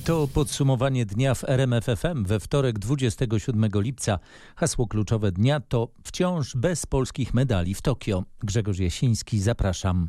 To podsumowanie dnia w RMF FM we wtorek 27 lipca. Hasło kluczowe dnia to wciąż bez polskich medali w Tokio. Grzegorz Jasiński, zapraszam.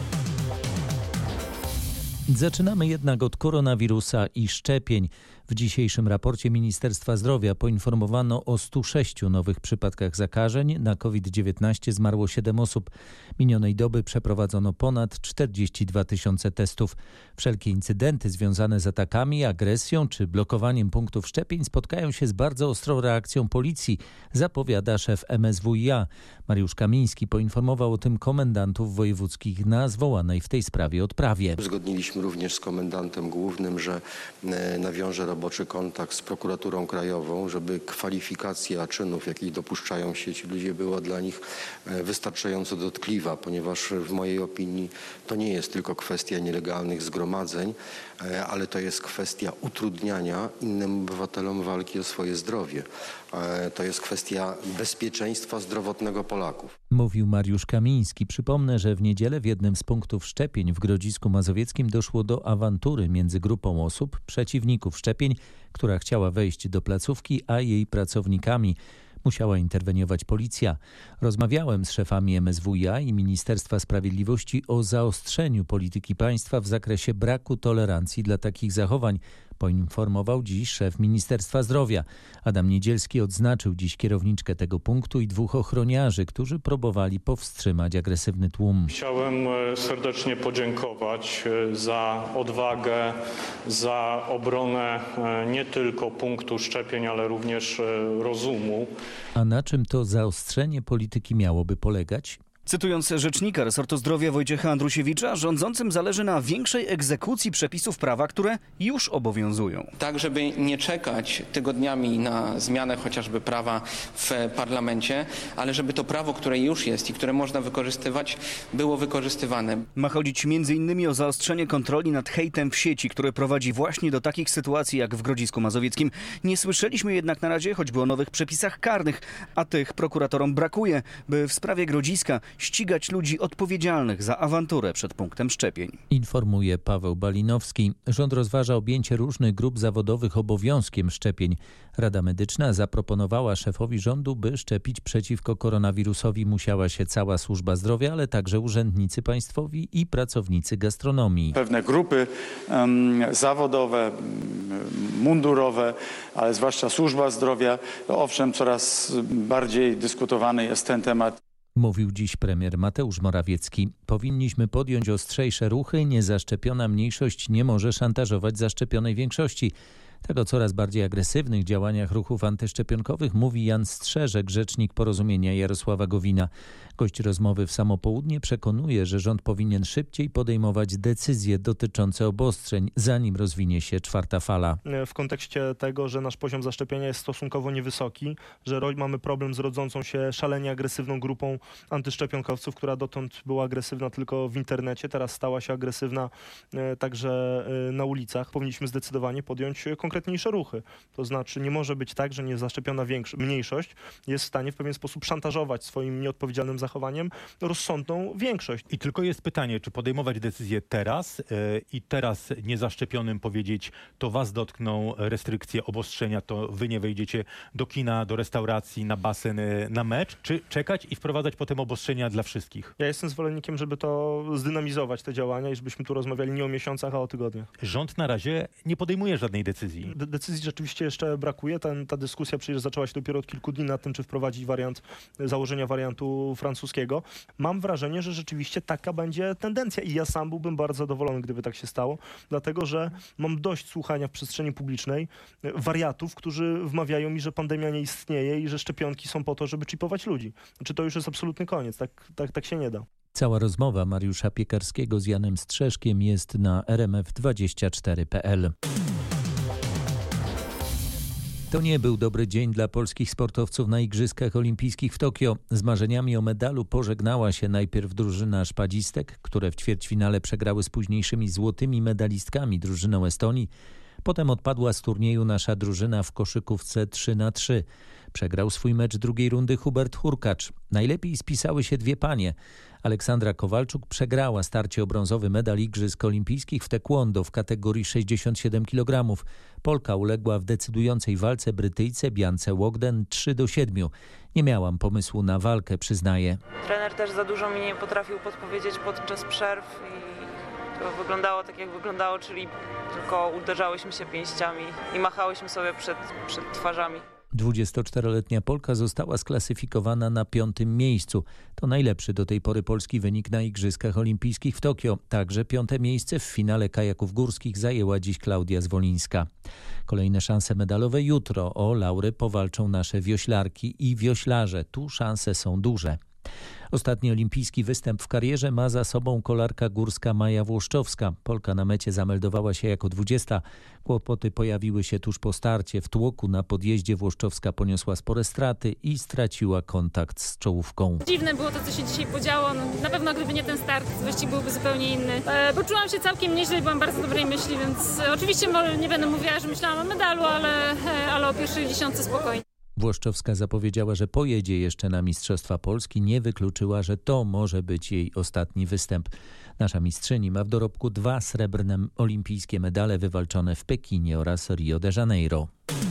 Zaczynamy jednak od koronawirusa i szczepień. W dzisiejszym raporcie Ministerstwa Zdrowia poinformowano o 106 nowych przypadkach zakażeń. Na COVID-19 zmarło 7 osób. Minionej doby przeprowadzono ponad 42 tysiące testów. Wszelkie incydenty związane z atakami, agresją czy blokowaniem punktów szczepień spotkają się z bardzo ostrą reakcją policji, zapowiada szef MSWiA. Mariusz Kamiński poinformował o tym komendantów wojewódzkich na zwołanej w tej sprawie odprawie. Uzgodniliśmy również z komendantem głównym, że nawiąże roboczy kontakt z prokuraturą krajową, żeby kwalifikacja czynów, jakich dopuszczają się ci ludzie, była dla nich wystarczająco dotkliwa, ponieważ w mojej opinii to nie jest tylko kwestia nielegalnych zgromadzeń, ale to jest kwestia utrudniania innym obywatelom walki o swoje zdrowie. To jest kwestia bezpieczeństwa zdrowotnego Polaków. Mówił Mariusz Kamiński. Przypomnę, że w niedzielę w jednym z punktów szczepień w Grodzisku Mazowieckim doszło do awantury między grupą osób, przeciwników szczepień, która chciała wejść do placówki, a jej pracownikami. Musiała interweniować policja. Rozmawiałem z szefami MSWiA i Ministerstwa Sprawiedliwości o zaostrzeniu polityki państwa w zakresie braku tolerancji dla takich zachowań, poinformował dziś szef Ministerstwa Zdrowia. Adam Niedzielski odznaczył dziś kierowniczkę tego punktu i 2 ochroniarzy, którzy próbowali powstrzymać agresywny tłum. Chciałem serdecznie podziękować za odwagę, za obronę nie tylko punktu szczepień, ale również rozumu. A na czym to zaostrzenie polityki miałoby polegać? Cytując rzecznika resortu zdrowia Wojciecha Andrusiewicza, rządzącym zależy na większej egzekucji przepisów prawa, które już obowiązują. Tak, żeby nie czekać tygodniami na zmianę chociażby prawa w parlamencie, ale żeby to prawo, które już jest i które można wykorzystywać, było wykorzystywane. Ma chodzić m.in. o zaostrzenie kontroli nad hejtem w sieci, które prowadzi właśnie do takich sytuacji jak w Grodzisku Mazowieckim. Nie słyszeliśmy jednak na razie choćby o nowych przepisach karnych, a tych prokuratorom brakuje, by w sprawie Grodziska ścigać ludzi odpowiedzialnych za awanturę przed punktem szczepień. Informuje Paweł Balinowski. Rząd rozważa objęcie różnych grup zawodowych obowiązkiem szczepień. Rada Medyczna zaproponowała szefowi rządu, by szczepić przeciwko koronawirusowi musiała się cała służba zdrowia, ale także urzędnicy państwowi i pracownicy gastronomii. Pewne grupy zawodowe, mundurowe, ale zwłaszcza służba zdrowia, owszem, coraz bardziej dyskutowany jest ten temat. Mówił dziś premier Mateusz Morawiecki. Powinniśmy podjąć ostrzejsze ruchy. Niezaszczepiona mniejszość nie może szantażować zaszczepionej większości. Tak o coraz bardziej agresywnych działaniach ruchów antyszczepionkowych mówi Jan Strzeżek, rzecznik Porozumienia Jarosława Gowina. Gość rozmowy w samo południe przekonuje, że rząd powinien szybciej podejmować decyzje dotyczące obostrzeń, zanim rozwinie się 4. fala. W kontekście tego, że nasz poziom zaszczepienia jest stosunkowo niewysoki, że mamy problem z rodzącą się szalenie agresywną grupą antyszczepionkowców, która dotąd była agresywna tylko w internecie, teraz stała się agresywna także na ulicach. Powinniśmy zdecydowanie podjąć konkretniejsze ruchy. To znaczy nie może być tak, że niezaszczepiona mniejszość jest w stanie w pewien sposób szantażować swoim nieodpowiedzialnym zachowaniem rozsądną większość. I tylko jest pytanie, czy podejmować decyzję teraz i teraz niezaszczepionym powiedzieć, to was dotkną restrykcje, obostrzenia, to wy nie wejdziecie do kina, do restauracji, na basen, na mecz, czy czekać i wprowadzać potem obostrzenia dla wszystkich? Ja jestem zwolennikiem, żeby to zdynamizować te działania i żebyśmy tu rozmawiali nie o miesiącach, a o tygodniach. Rząd na razie nie podejmuje żadnej decyzji. Decyzji rzeczywiście jeszcze brakuje. Ta dyskusja przecież zaczęła się dopiero od kilku dni nad tym, czy wprowadzić założenia wariantu francuskiego. Mam wrażenie, że rzeczywiście taka będzie tendencja i ja sam byłbym bardzo zadowolony, gdyby tak się stało, dlatego że mam dość słuchania w przestrzeni publicznej wariatów, którzy wmawiają mi, że pandemia nie istnieje i że szczepionki są po to, żeby czipować ludzi. Czy to już jest absolutny koniec? Tak się nie da. Cała rozmowa Mariusza Piekarskiego z Janem Strzeszkiem jest na rmf24.pl. To nie był dobry dzień dla polskich sportowców na Igrzyskach Olimpijskich w Tokio. Z marzeniami o medalu pożegnała się najpierw drużyna szpadzistek, które w ćwierćfinale przegrały z późniejszymi złotymi medalistkami drużyną Estonii. Potem odpadła z turnieju nasza drużyna w koszykówce 3-3. Przegrał swój mecz drugiej rundy Hubert Hurkacz. Najlepiej spisały się 2 panie. Aleksandra Kowalczuk przegrała starcie o brązowy medal Igrzysk Olimpijskich w taekwondo w kategorii 67 kg. Polka uległa w decydującej walce Brytyjce Biance Ogden 3-7. Nie miałam pomysłu na walkę, przyznaje. Trener też za dużo mi nie potrafił podpowiedzieć podczas przerw i to wyglądało tak, jak wyglądało, czyli tylko uderzałyśmy się pięściami i machałyśmy sobie przed twarzami. 24-letnia Polka została sklasyfikowana na 5. miejscu. To najlepszy do tej pory polski wynik na Igrzyskach Olimpijskich w Tokio. Także 5. miejsce w finale kajaków górskich zajęła dziś Klaudia Zwolińska. Kolejne szanse medalowe jutro. O laury powalczą nasze wioślarki i wioślarze. Tu szanse są duże. Ostatni olimpijski występ w karierze ma za sobą kolarka górska Maja Włoszczowska. Polka na mecie zameldowała się jako 20. Kłopoty pojawiły się tuż po starcie. W tłoku na podjeździe Włoszczowska poniosła spore straty i straciła kontakt z czołówką. Dziwne było to, co się dzisiaj podziało. Na pewno gdyby nie ten start, wyścig byłby zupełnie inny. Poczułam się całkiem nieźle i byłam bardzo dobrej myśli, więc oczywiście nie będę mówiła, że myślałam o medalu, ale o pierwszej dziesiątce spokojnie. Włoszczowska zapowiedziała, że pojedzie jeszcze na Mistrzostwa Polski. Nie wykluczyła, że to może być jej ostatni występ. Nasza mistrzyni ma w dorobku 2 srebrne olimpijskie medale wywalczone w Pekinie oraz Rio de Janeiro.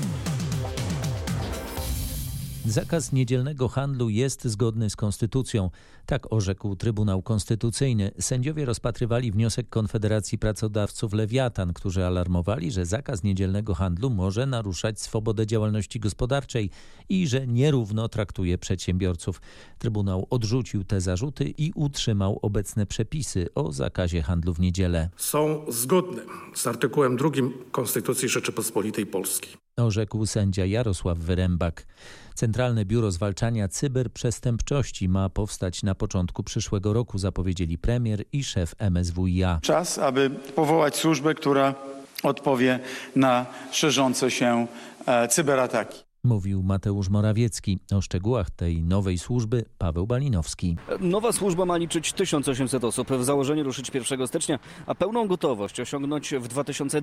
Zakaz niedzielnego handlu jest zgodny z konstytucją. Tak orzekł Trybunał Konstytucyjny. Sędziowie rozpatrywali wniosek Konfederacji Pracodawców Lewiatan, którzy alarmowali, że zakaz niedzielnego handlu może naruszać swobodę działalności gospodarczej i że nierówno traktuje przedsiębiorców. Trybunał odrzucił te zarzuty i utrzymał obecne przepisy o zakazie handlu w niedzielę. Są zgodne z artykułem 2 Konstytucji Rzeczypospolitej Polskiej. Orzekł sędzia Jarosław Wyrembak. Centralne Biuro Zwalczania Cyberprzestępczości ma powstać na początku przyszłego roku, zapowiedzieli premier i szef MSWiA. Czas, aby powołać służbę, która odpowie na szerzące się cyberataki. Mówił Mateusz Morawiecki. O szczegółach tej nowej służby Paweł Balinowski. Nowa służba ma liczyć 1800 osób. W założeniu ruszyć 1 stycznia, a pełną gotowość osiągnąć w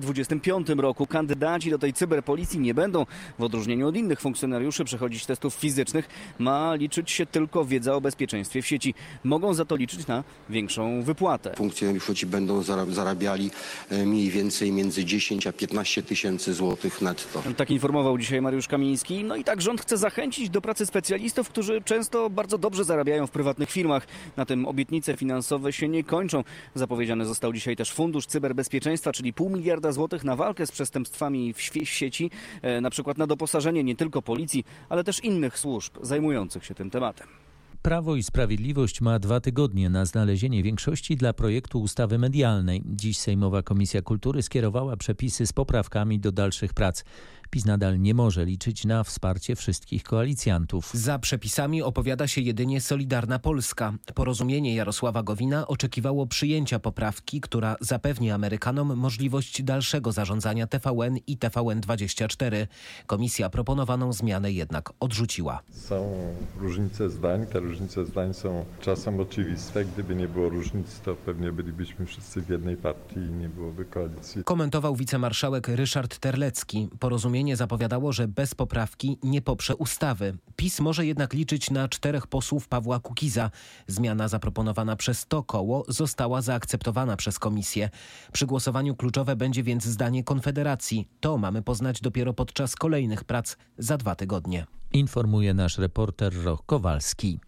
2025 roku. Kandydaci do tej cyberpolicji nie będą, w odróżnieniu od innych funkcjonariuszy, przechodzić testów fizycznych. Ma liczyć się tylko wiedza o bezpieczeństwie w sieci. Mogą za to liczyć na większą wypłatę. Funkcjonariusze będą zarabiali mniej więcej między 10 a 15 tysięcy złotych netto. Tak informował dzisiaj Mariusz Kamiński. No i tak rząd chce zachęcić do pracy specjalistów, którzy często bardzo dobrze zarabiają w prywatnych firmach. Na tym obietnice finansowe się nie kończą. Zapowiedziany został dzisiaj też Fundusz Cyberbezpieczeństwa, czyli 0,5 miliarda złotych na walkę z przestępstwami w sieci, na przykład na doposażenie nie tylko policji, ale też innych służb zajmujących się tym tematem. Prawo i Sprawiedliwość ma 2 tygodnie na znalezienie większości dla projektu ustawy medialnej. Dziś Sejmowa Komisja Kultury skierowała przepisy z poprawkami do dalszych prac. PiS nadal nie może liczyć na wsparcie wszystkich koalicjantów. Za przepisami opowiada się jedynie Solidarna Polska. Porozumienie Jarosława Gowina oczekiwało przyjęcia poprawki, która zapewni Amerykanom możliwość dalszego zarządzania TVN i TVN24. Komisja proponowaną zmianę jednak odrzuciła. Są różnice zdań. Te różnice zdań są czasem oczywiste. Gdyby nie było różnic, to pewnie bylibyśmy wszyscy w jednej partii i nie byłoby koalicji. Komentował wicemarszałek Ryszard Terlecki. Porozumienie zapowiadało, że bez poprawki nie poprze ustawy. PiS może jednak liczyć na 4 posłów Pawła Kukiza. Zmiana zaproponowana przez to koło została zaakceptowana przez komisję. Przy głosowaniu kluczowe będzie więc zdanie Konfederacji. To mamy poznać dopiero podczas kolejnych prac za 2 tygodnie. Informuje nasz reporter Roch Kowalski.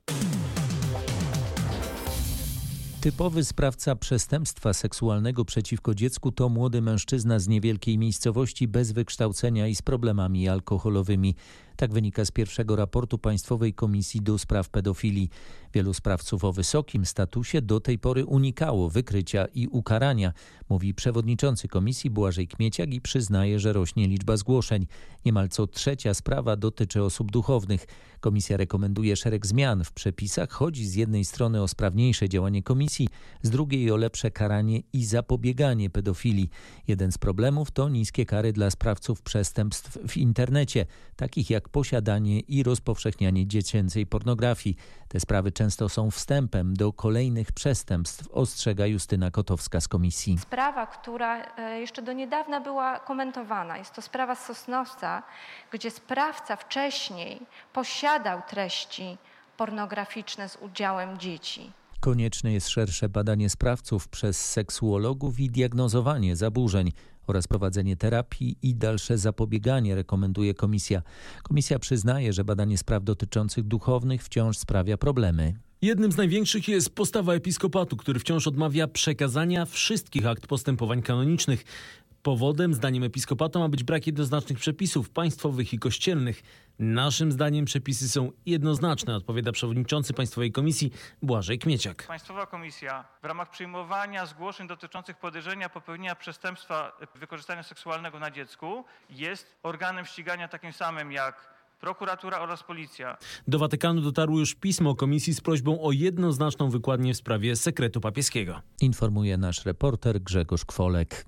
Typowy sprawca przestępstwa seksualnego przeciwko dziecku to młody mężczyzna z niewielkiej miejscowości bez wykształcenia i z problemami alkoholowymi. Tak wynika z pierwszego raportu Państwowej Komisji do Spraw Pedofilii. Wielu sprawców o wysokim statusie do tej pory unikało wykrycia i ukarania, mówi przewodniczący komisji Błażej Kmieciak i przyznaje, że rośnie liczba zgłoszeń. Niemal co 3. sprawa dotyczy osób duchownych. Komisja rekomenduje szereg zmian w przepisach. Chodzi z jednej strony o sprawniejsze działanie komisji, z drugiej o lepsze karanie i zapobieganie pedofilii. Jeden z problemów to niskie kary dla sprawców przestępstw w internecie, takich jak posiadanie i rozpowszechnianie dziecięcej pornografii. Te sprawy często są wstępem do kolejnych przestępstw, ostrzega Justyna Kotowska z komisji. Sprawa, która jeszcze do niedawna była komentowana, jest to sprawa z Sosnowca, gdzie sprawca wcześniej posiadał treści pornograficzne z udziałem dzieci. Konieczne jest szersze badanie sprawców przez seksuologów i diagnozowanie zaburzeń oraz prowadzenie terapii i dalsze zapobieganie, rekomenduje komisja. Komisja przyznaje, że badanie spraw dotyczących duchownych wciąż sprawia problemy. Jednym z największych jest postawa episkopatu, który wciąż odmawia przekazania wszystkich akt postępowań kanonicznych. Powodem, zdaniem episkopatu, ma być brak jednoznacznych przepisów państwowych i kościelnych. Naszym zdaniem przepisy są jednoznaczne, odpowiada przewodniczący Państwowej Komisji Błażej Kmieciak. Państwowa Komisja w ramach przyjmowania zgłoszeń dotyczących podejrzenia popełnienia przestępstwa wykorzystania seksualnego na dziecku jest organem ścigania takim samym jak prokuratura oraz policja. Do Watykanu dotarło już pismo komisji z prośbą o jednoznaczną wykładnię w sprawie sekretu papieskiego. Informuje nasz reporter Grzegorz Kwolek.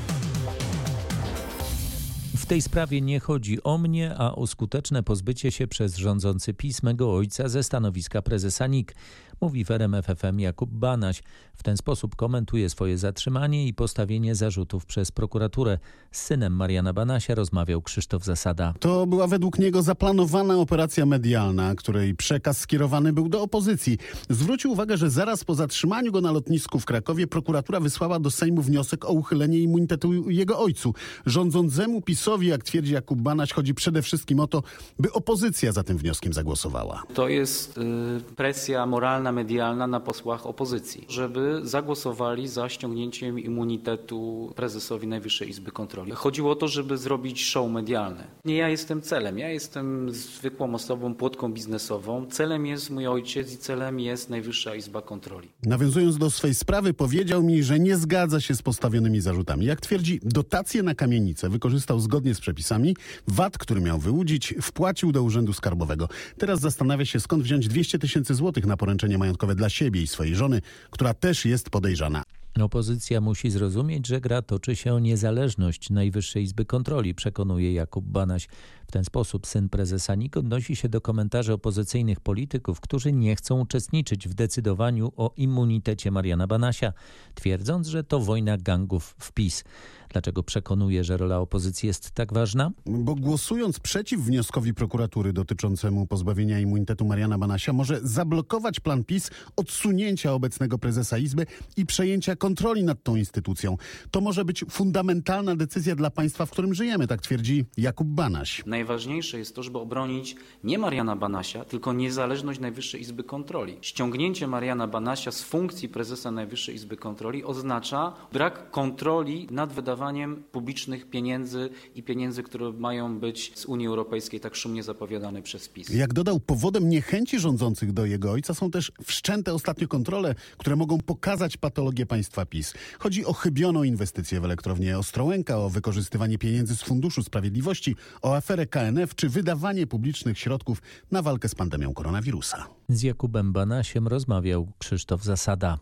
W tej sprawie nie chodzi o mnie, a o skuteczne pozbycie się przez rządzący PiS mego ojca ze stanowiska prezesa NIK, mówi w RMF FM Jakub Banaś. W ten sposób komentuje swoje zatrzymanie i postawienie zarzutów przez prokuraturę. Z synem Mariana Banasia rozmawiał Krzysztof Zasada. To była według niego zaplanowana operacja medialna, której przekaz skierowany był do opozycji. Zwrócił uwagę, że zaraz po zatrzymaniu go na lotnisku w Krakowie prokuratura wysłała do Sejmu wniosek o uchylenie immunitetu jego ojcu. Rządzącemu PiS-owi, jak twierdzi Jakub Banaś, chodzi przede wszystkim o to, by opozycja za tym wnioskiem zagłosowała. To jest presja moralna, medialna na posłach opozycji, żeby zagłosowali za ściągnięciem immunitetu prezesowi Najwyższej Izby Kontroli. Chodziło o to, żeby zrobić show medialne. Nie ja jestem celem, ja jestem zwykłą osobą, płotką biznesową. Celem jest mój ojciec i celem jest Najwyższa Izba Kontroli. Nawiązując do swej sprawy, powiedział mi, że nie zgadza się z postawionymi zarzutami. Jak twierdzi, dotacje na kamienicę wykorzystał zgodnie z przepisami. VAT, który miał wyłudzić, wpłacił do Urzędu Skarbowego. Teraz zastanawia się, skąd wziąć 200 000 złotych na poręczenie majątkowe dla siebie i swojej żony, która też jest podejrzana. Opozycja musi zrozumieć, że gra toczy się o niezależność Najwyższej Izby Kontroli, przekonuje Jakub Banaś. W ten sposób syn prezesa NIK odnosi się do komentarzy opozycyjnych polityków, którzy nie chcą uczestniczyć w decydowaniu o immunitecie Mariana Banasia, twierdząc, że to wojna gangów w PiS. Dlaczego przekonuje, że rola opozycji jest tak ważna? Bo głosując przeciw wnioskowi prokuratury dotyczącemu pozbawienia immunitetu Mariana Banasia, może zablokować plan PiS odsunięcia obecnego prezesa Izby i przejęcia kontroli nad tą instytucją. To może być fundamentalna decyzja dla państwa, w którym żyjemy, tak twierdzi Jakub Banaś. Najważniejsze jest to, żeby obronić nie Mariana Banasia, tylko niezależność Najwyższej Izby Kontroli. Ściągnięcie Mariana Banasia z funkcji prezesa Najwyższej Izby Kontroli oznacza brak kontroli nad wydawaniem publicznych pieniędzy i pieniędzy, które mają być z Unii Europejskiej tak szumnie zapowiadane przez PiS. Jak dodał, powodem niechęci rządzących do jego ojca są też wszczęte ostatnio kontrole, które mogą pokazać patologię państwa PiS. Chodzi o chybioną inwestycję w elektrownię Ostrołęka, o wykorzystywanie pieniędzy z Funduszu Sprawiedliwości, o aferę KNF czy wydawanie publicznych środków na walkę z pandemią koronawirusa. Z Jakubem Banasiem rozmawiał Krzysztof Zasada.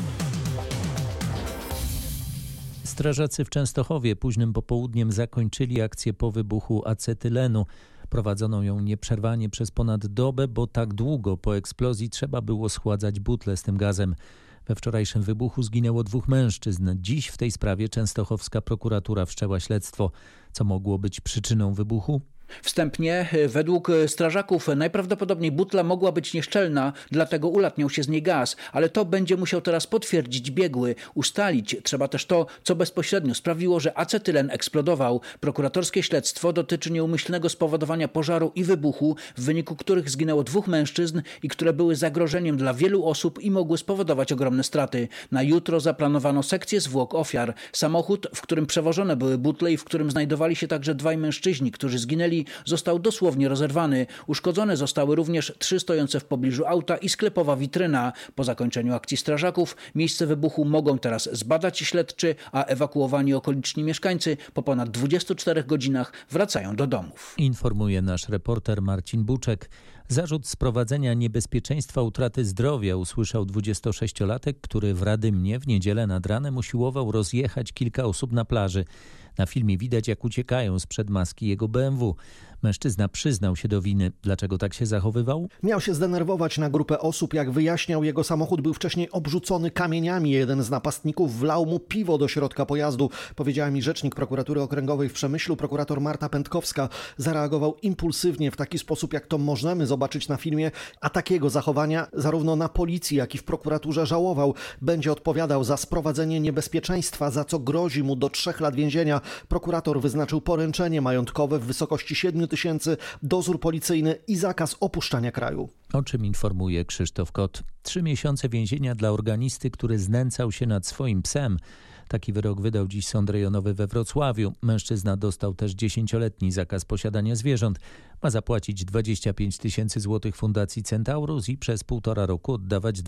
Strażacy w Częstochowie późnym popołudniem zakończyli akcję po wybuchu acetylenu. Prowadzono ją nieprzerwanie przez ponad dobę, bo tak długo po eksplozji trzeba było schładzać butle z tym gazem. We wczorajszym wybuchu zginęło 2 mężczyzn. Dziś w tej sprawie częstochowska prokuratura wszczęła śledztwo. Co mogło być przyczyną wybuchu? Wstępnie, według strażaków, najprawdopodobniej butla mogła być nieszczelna, dlatego ulatniał się z niej gaz, ale to będzie musiał teraz potwierdzić biegły. Ustalić trzeba też to, co bezpośrednio sprawiło, że acetylen eksplodował. Prokuratorskie śledztwo dotyczy nieumyślnego spowodowania pożaru i wybuchu, w wyniku których zginęło 2 mężczyzn i które były zagrożeniem dla wielu osób i mogły spowodować ogromne straty. Na jutro zaplanowano sekcję zwłok ofiar. Samochód, w którym przewożone były butle i w którym znajdowali się także 2 mężczyźni, którzy zginęli, został dosłownie rozerwany. Uszkodzone zostały również 3 stojące w pobliżu auta i sklepowa witryna. Po zakończeniu akcji strażaków miejsce wybuchu mogą teraz zbadać śledczy, a ewakuowani okoliczni mieszkańcy po ponad 24 godzinach wracają do domów. Informuje nasz reporter Marcin Buczek. Zarzut sprowadzenia niebezpieczeństwa utraty zdrowia usłyszał 26-latek, który w Radymnie w niedzielę nad ranem usiłował rozjechać kilka osób na plaży. Na filmie widać, jak uciekają sprzed maski jego BMW. Mężczyzna przyznał się do winy. Dlaczego tak się zachowywał? Miał się zdenerwować na grupę osób. Jak wyjaśniał, jego samochód był wcześniej obrzucony kamieniami. Jeden z napastników wlał mu piwo do środka pojazdu. Powiedziała mi rzecznik prokuratury okręgowej w Przemyślu, prokurator Marta Pętkowska. Zareagował impulsywnie w taki sposób, jak to możemy zobaczyć na filmie, a takiego zachowania zarówno na policji, jak i w prokuraturze żałował. Będzie odpowiadał za sprowadzenie niebezpieczeństwa, za co grozi mu do 3 lat więzienia. Prokurator wyznaczył poręczenie majątkowe w wysokości 7 000, dozór policyjny i zakaz opuszczania kraju. O czym informuje Krzysztof Kot. 3 miesiące więzienia dla organisty, który znęcał się nad swoim psem. Taki wyrok wydał dziś Sąd Rejonowy we Wrocławiu. Mężczyzna dostał też 10-letni zakaz posiadania zwierząt. Ma zapłacić 25 000 złotych Fundacji Centaurus i przez 1,5 roku oddawać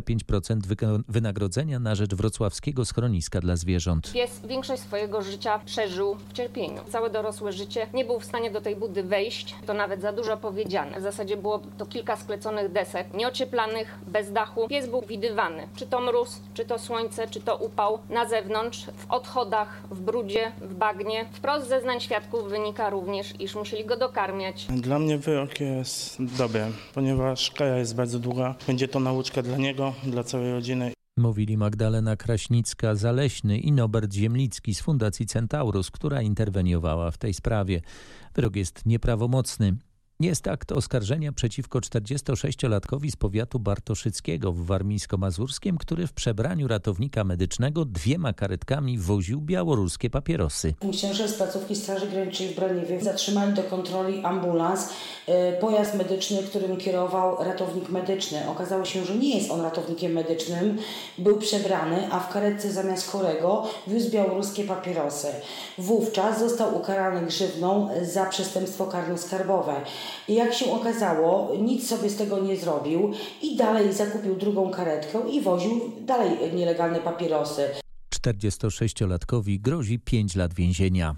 25% wynagrodzenia na rzecz wrocławskiego schroniska dla zwierząt. Pies większość swojego życia przeżył w cierpieniu. Całe dorosłe życie nie był w stanie do tej budy wejść. To nawet za dużo powiedziane. W zasadzie było to kilka skleconych desek, nieocieplanych, bez dachu. Pies był widywany. Czy to mróz, czy to słońce, czy to upał. Na zewnątrz, w odchodach, w brudzie, w bagnie. Wprost z zeznań świadków wynika również, iż musieli go dokarmiać. Dla mnie wyrok jest dobry, ponieważ kara jest bardzo długa. Będzie to nauczka dla niego, dla całej rodziny. Mówili Magdalena Kraśnicka-Zaleśny i Norbert Ziemlicki z Fundacji Centaurus, która interweniowała w tej sprawie. Wyrok jest nieprawomocny. Jest akt oskarżenia przeciwko 46-latkowi z powiatu bartoszyckiego w Warmińsko-Mazurskim, który w przebraniu ratownika medycznego 2 karetkami woził białoruskie papierosy. Funkcjonariusze z placówki Straży Granicznej w Braniewie zatrzymali do kontroli ambulans, pojazd medyczny, którym kierował ratownik medyczny. Okazało się, że nie jest on ratownikiem medycznym, był przebrany, a w karetce zamiast chorego wiózł białoruskie papierosy. Wówczas został ukarany grzywną za przestępstwo karno-skarbowe. I jak się okazało, nic sobie z tego nie zrobił i dalej zakupił drugą karetkę i woził dalej nielegalne papierosy. 46-latkowi grozi 5 lat więzienia.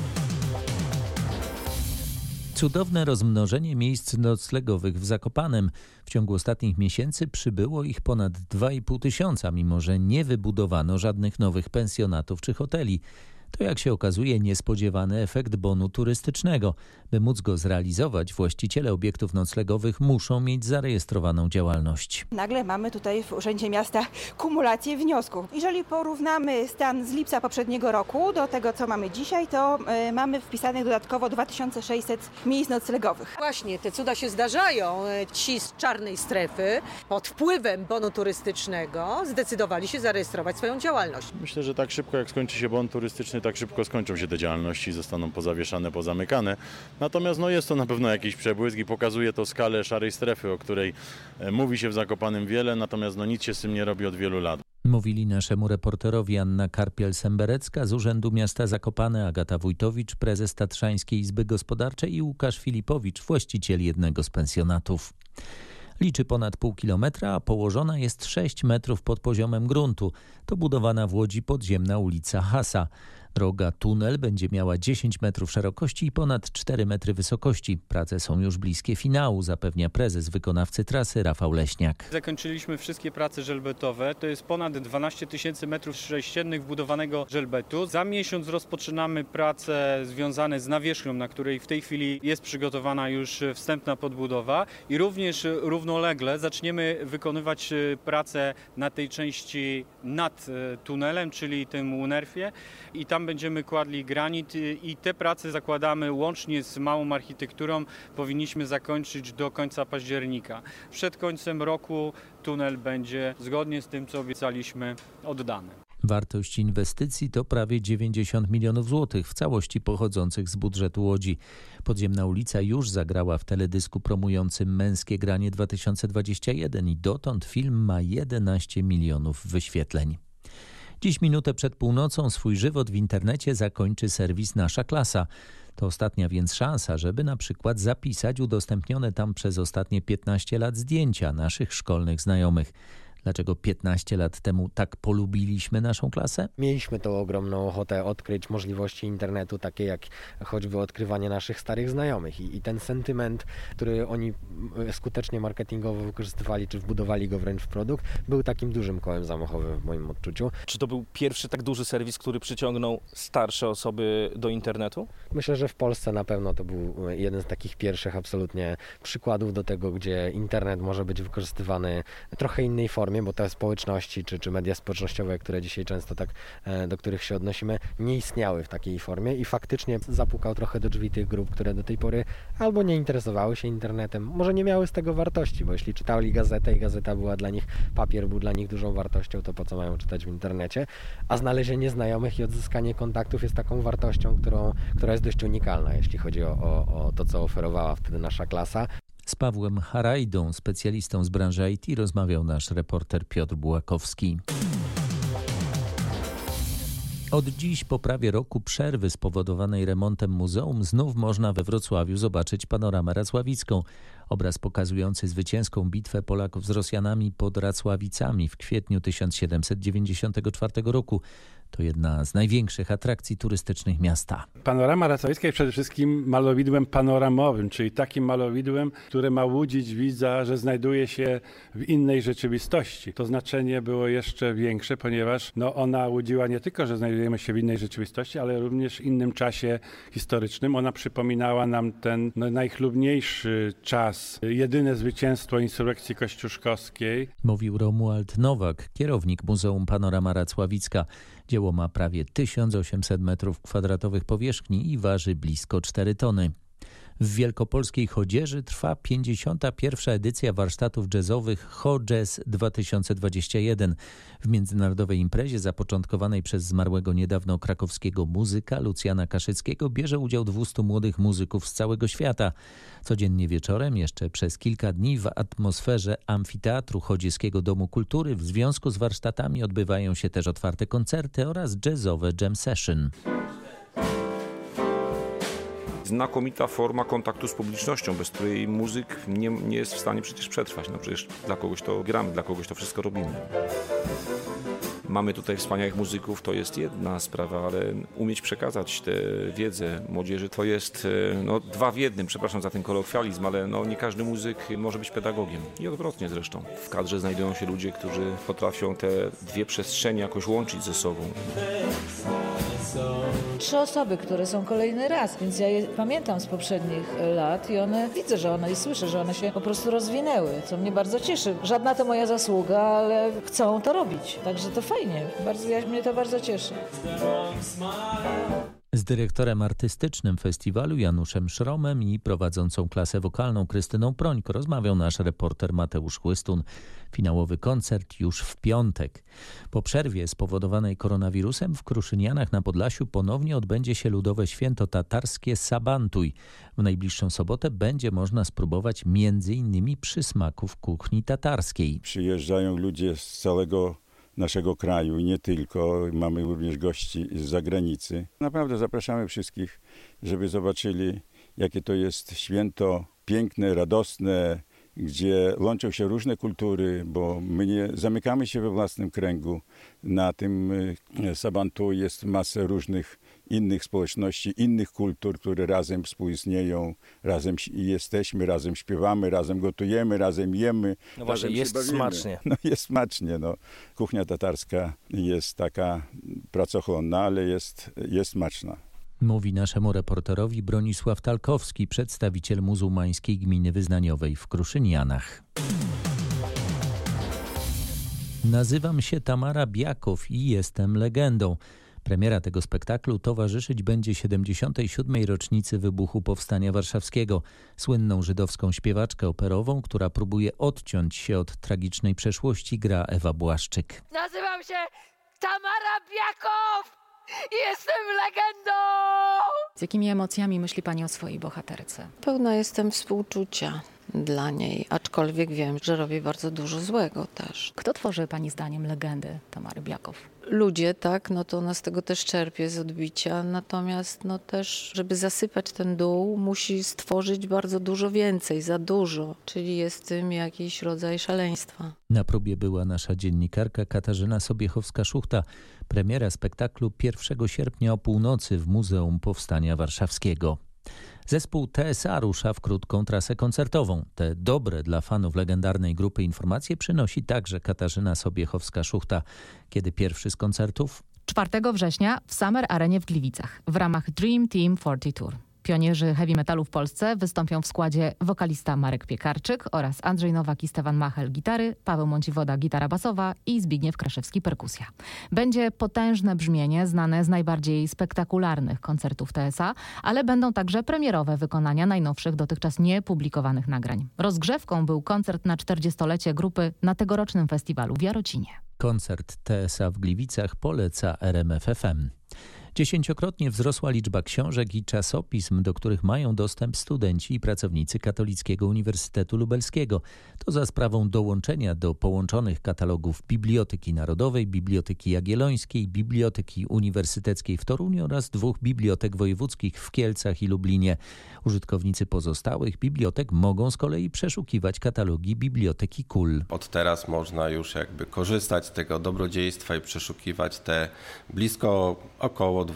Cudowne rozmnożenie miejsc noclegowych w Zakopanem. W ciągu ostatnich miesięcy przybyło ich ponad 2,5 tysiąca, mimo że nie wybudowano żadnych nowych pensjonatów czy hoteli. To, jak się okazuje, niespodziewany efekt bonu turystycznego. By móc go zrealizować, właściciele obiektów noclegowych muszą mieć zarejestrowaną działalność. Nagle mamy tutaj w Urzędzie Miasta kumulację wniosków. Jeżeli porównamy stan z lipca poprzedniego roku do tego, co mamy dzisiaj, to mamy wpisanych dodatkowo 2600 miejsc noclegowych. Właśnie, te cuda się zdarzają. Ci z czarnej strefy pod wpływem bonu turystycznego zdecydowali się zarejestrować swoją działalność. Myślę, że tak szybko jak skończy się bon turystyczny, tak szybko skończą się te działalności, zostaną pozawieszane, pozamykane. Natomiast jest to na pewno jakiś przebłysk i pokazuje to skalę szarej strefy, o której mówi się w Zakopanem wiele, natomiast nic się z tym nie robi od wielu lat. Mówili naszemu reporterowi Anna Karpiel-Semberecka z Urzędu Miasta Zakopane, Agata Wójtowicz, prezes Tatrzańskiej Izby Gospodarczej i Łukasz Filipowicz, właściciel jednego z pensjonatów. Liczy ponad pół kilometra, a położona jest 6 metrów pod poziomem gruntu. To budowana w Łodzi podziemna ulica Hasa. Droga tunel będzie miała 10 metrów szerokości i ponad 4 metry wysokości. Prace są już bliskie finału, zapewnia prezes wykonawcy trasy Rafał Leśniak. Zakończyliśmy wszystkie prace żelbetowe. To jest ponad 12 000 metrów sześciennych wbudowanego żelbetu. Za miesiąc rozpoczynamy prace związane z nawierzchnią, na której w tej chwili jest przygotowana już wstępna podbudowa i również równolegle zaczniemy wykonywać pracę na tej części nad tunelem, czyli tym UNERF-ie i tam będziemy kładli granit i te prace zakładamy łącznie z małą architekturą powinniśmy zakończyć do końca października. Przed końcem roku tunel będzie zgodnie z tym, co obiecaliśmy, oddany. Wartość inwestycji to prawie 90 milionów złotych, w całości pochodzących z budżetu Łodzi. Podziemna ulica już zagrała w teledysku promującym Męskie Granie 2021 i dotąd film ma 11 milionów wyświetleń. Dziś minutę przed północą swój żywot w internecie zakończy serwis Nasza Klasa. To ostatnia więc szansa, żeby na przykład zapisać udostępnione tam przez ostatnie 15 lat zdjęcia naszych szkolnych znajomych. Dlaczego 15 lat temu tak polubiliśmy naszą klasę? Mieliśmy tą ogromną ochotę odkryć możliwości internetu, takie jak choćby odkrywanie naszych starych znajomych. I ten sentyment, który oni skutecznie marketingowo wykorzystywali, czy wbudowali go wręcz w produkt, był takim dużym kołem zamachowym w moim odczuciu. Czy to był pierwszy tak duży serwis, który przyciągnął starsze osoby do internetu? Myślę, że w Polsce na pewno to był jeden z takich pierwszych absolutnie przykładów do tego, gdzie internet może być wykorzystywany w trochę innej formie, bo te społeczności czy media społecznościowe, które dzisiaj często tak, do których się odnosimy, nie istniały w takiej formie i faktycznie zapukał trochę do drzwi tych grup, które do tej pory albo nie interesowały się internetem, może nie miały z tego wartości, bo jeśli czytali gazetę i gazeta była dla nich, papier był dla nich dużą wartością, to po co mają czytać w internecie, a znalezienie znajomych i odzyskanie kontaktów jest taką wartością, która jest dość unikalna, jeśli chodzi o to, co oferowała wtedy nasza klasa. Z Pawłem Harajdą, specjalistą z branży IT, rozmawiał nasz reporter Piotr Bułakowski. Od dziś, po prawie roku przerwy spowodowanej remontem muzeum, znów można we Wrocławiu zobaczyć panoramę racławicką. Obraz pokazujący zwycięską bitwę Polaków z Rosjanami pod Racławicami w kwietniu 1794 roku. To jedna z największych atrakcji turystycznych miasta. Panorama racławicka jest przede wszystkim malowidłem panoramowym, czyli takim malowidłem, które ma łudzić widza, że znajduje się w innej rzeczywistości. To znaczenie było jeszcze większe, ponieważ ona łudziła nie tylko, że znajdujemy się w innej rzeczywistości, ale również w innym czasie historycznym. Ona przypominała nam ten najchlubniejszy czas, jedyne zwycięstwo insurrekcji kościuszkowskiej. Mówił Romuald Nowak, kierownik Muzeum Panorama Racławicka. Dzieło ma prawie 1800 m2 powierzchni i waży blisko 4 tony. W wielkopolskiej Chodzieży trwa 51. edycja warsztatów jazzowych Cho Jazz 2021. W międzynarodowej imprezie zapoczątkowanej przez zmarłego niedawno krakowskiego muzyka Lucjana Kaszyckiego bierze udział 200 młodych muzyków z całego świata. Codziennie wieczorem, jeszcze przez kilka dni w atmosferze amfiteatru Chodzieskiego Domu Kultury w związku z warsztatami odbywają się też otwarte koncerty oraz jazzowe jam session. Znakomita forma kontaktu z publicznością, bez której muzyk nie jest w stanie przecież przetrwać. Przecież dla kogoś to gramy, dla kogoś to wszystko robimy. Mamy tutaj wspaniałych muzyków, to jest jedna sprawa, ale umieć przekazać tę wiedzę młodzieży to jest 2 w 1, przepraszam za ten kolokwializm, ale nie każdy muzyk może być pedagogiem. I odwrotnie zresztą. W kadrze znajdują się ludzie, którzy potrafią te dwie przestrzenie jakoś łączyć ze sobą. 3 osoby, które są kolejny raz, więc ja je pamiętam z poprzednich lat i widzę, że one i słyszę, że one się po prostu rozwinęły, co mnie bardzo cieszy. Żadna to moja zasługa, ale chcą to robić, także to fajnie, mnie to bardzo cieszy. Z dyrektorem artystycznym festiwalu Januszem Szromem i prowadzącą klasę wokalną Krystyną Prońko rozmawiał nasz reporter Mateusz Chłystun. Finałowy koncert już w piątek. Po przerwie spowodowanej koronawirusem w Kruszynianach na Podlasiu ponownie odbędzie się ludowe święto tatarskie Sabantuj. W najbliższą sobotę będzie można spróbować m.in. przysmaków kuchni tatarskiej. Przyjeżdżają ludzie z całego naszego kraju i nie tylko. Mamy również gości z zagranicy. Naprawdę zapraszamy wszystkich, żeby zobaczyli, jakie to jest święto piękne, radosne, gdzie łączą się różne kultury, bo my nie zamykamy się we własnym kręgu. Na tym Sabantu jest masę różnych innych społeczności, innych kultur, które razem współistnieją, razem jesteśmy, razem śpiewamy, razem gotujemy, razem jemy. No właśnie, jest smacznie. Jest smacznie. Kuchnia tatarska jest taka pracochłonna, ale jest smaczna. Mówi naszemu reporterowi Bronisław Talkowski, przedstawiciel muzułmańskiej gminy wyznaniowej w Kruszynianach. Nazywam się Tamara Biakow i jestem legendą. Premiera tego spektaklu towarzyszyć będzie 77. rocznicy wybuchu Powstania Warszawskiego. Słynną żydowską śpiewaczkę operową, która próbuje odciąć się od tragicznej przeszłości, gra Ewa Błaszczyk. Nazywam się Tamara Biakow! Jestem legendą! Z jakimi emocjami myśli pani o swojej bohaterce? Pełna jestem współczucia. dla niej, aczkolwiek wiem, że robi bardzo dużo złego też. Kto tworzy pani zdaniem legendy Tamary Biakow? Ludzie, tak, no to ona z tego też czerpie, z odbicia, natomiast no też, żeby zasypać ten dół, musi stworzyć bardzo dużo więcej, za dużo, czyli jest w tym jakiś rodzaj szaleństwa. Na próbie była nasza dziennikarka Katarzyna Sobiechowska-Szuchta. Premiera spektaklu 1 sierpnia o północy w Muzeum Powstania Warszawskiego. Zespół TSA rusza w krótką trasę koncertową. Te dobre dla fanów legendarnej grupy informacje przynosi także Katarzyna Sobiechowska-Szuchta. Kiedy pierwszy z koncertów? 4 września w Summer Arenie w Gliwicach w ramach Dream Team 40 Tour. Pionierzy heavy metalu w Polsce wystąpią w składzie wokalista Marek Piekarczyk oraz Andrzej Nowak i Stefan Machel gitary, Paweł Mąciwoda gitara basowa i Zbigniew Kraszewski perkusja. Będzie potężne brzmienie znane z najbardziej spektakularnych koncertów TSA, ale będą także premierowe wykonania najnowszych dotychczas niepublikowanych nagrań. Rozgrzewką był koncert na 40-lecie grupy na tegorocznym festiwalu w Jarocinie. Koncert TSA w Gliwicach poleca RMF FM. 10-krotnie wzrosła liczba książek i czasopism, do których mają dostęp studenci i pracownicy Katolickiego Uniwersytetu Lubelskiego. To za sprawą dołączenia do połączonych katalogów Biblioteki Narodowej, Biblioteki Jagiellońskiej, Biblioteki Uniwersyteckiej w Toruniu oraz 2 bibliotek wojewódzkich w Kielcach i Lublinie. Użytkownicy pozostałych bibliotek mogą z kolei przeszukiwać katalogi Biblioteki KUL. Od teraz można już korzystać z tego dobrodziejstwa i przeszukiwać te blisko około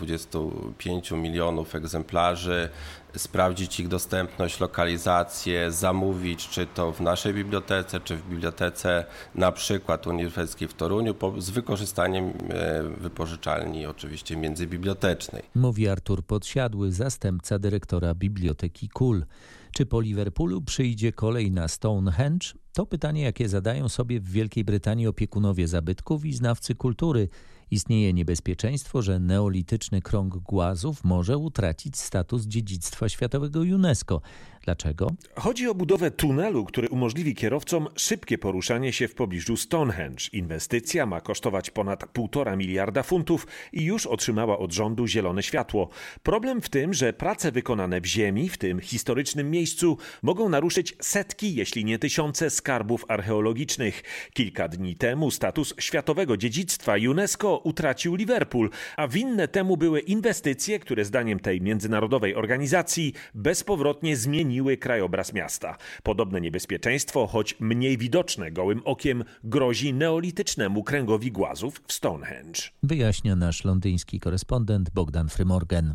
25 milionów egzemplarzy, sprawdzić ich dostępność, lokalizację, zamówić czy to w naszej bibliotece, czy w bibliotece na przykład uniwersyteckiej w Toruniu z wykorzystaniem wypożyczalni oczywiście międzybibliotecznej. Mówi Artur Podsiadły, zastępca dyrektora Biblioteki KUL. Czy po Liverpoolu przyjdzie kolej na Stonehenge? To pytanie, jakie zadają sobie w Wielkiej Brytanii opiekunowie zabytków i znawcy kultury. Istnieje niebezpieczeństwo, że neolityczny krąg głazów może utracić status dziedzictwa światowego UNESCO. Dlaczego? Chodzi o budowę tunelu, który umożliwi kierowcom szybkie poruszanie się w pobliżu Stonehenge. Inwestycja ma kosztować ponad 1,5 miliarda funtów i już otrzymała od rządu zielone światło. Problem w tym, że prace wykonane w ziemi, w tym historycznym miejscu, mogą naruszyć setki, jeśli nie tysiące skarbów archeologicznych. Kilka dni temu status światowego dziedzictwa UNESCO utracił Liverpool, a winne temu były inwestycje, które zdaniem tej międzynarodowej organizacji bezpowrotnie zmieniły krajobraz miasta. Podobne niebezpieczeństwo, choć mniej widoczne gołym okiem, grozi neolitycznemu kręgowi głazów w Stonehenge. Wyjaśnia nasz londyński korespondent Bogdan Frymorgan.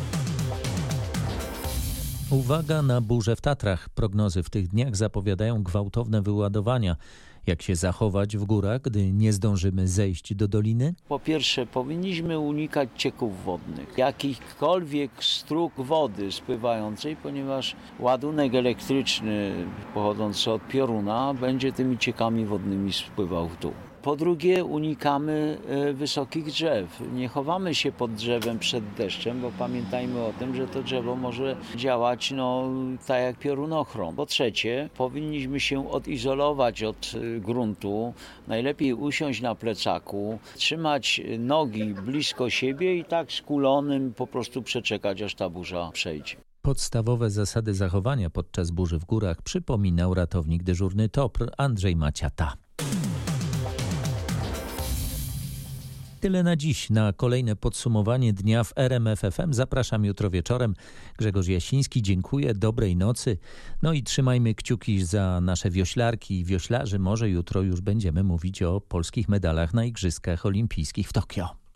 Uwaga na burze w Tatrach. Prognozy w tych dniach zapowiadają gwałtowne wyładowania. Jak się zachować w górach, gdy nie zdążymy zejść do doliny? Po pierwsze, powinniśmy unikać cieków wodnych, jakichkolwiek strug wody spływającej, ponieważ ładunek elektryczny pochodzący od pioruna będzie tymi ciekami wodnymi spływał w dół. Po drugie, unikamy wysokich drzew. Nie chowamy się pod drzewem przed deszczem, bo pamiętajmy o tym, że to drzewo może działać tak jak piorunochron. Po trzecie, powinniśmy się odizolować od gruntu. Najlepiej usiąść na plecaku, trzymać nogi blisko siebie i tak skulonym po prostu przeczekać, aż ta burza przejdzie. Podstawowe zasady zachowania podczas burzy w górach przypominał ratownik dyżurny TOPR Andrzej Maciata. Tyle na dziś. Na kolejne podsumowanie dnia w RMF FM zapraszam jutro wieczorem. Grzegorz Jasiński, dziękuję, dobrej nocy. No i trzymajmy kciuki za nasze wioślarki i wioślarzy. Może jutro już będziemy mówić o polskich medalach na Igrzyskach Olimpijskich w Tokio.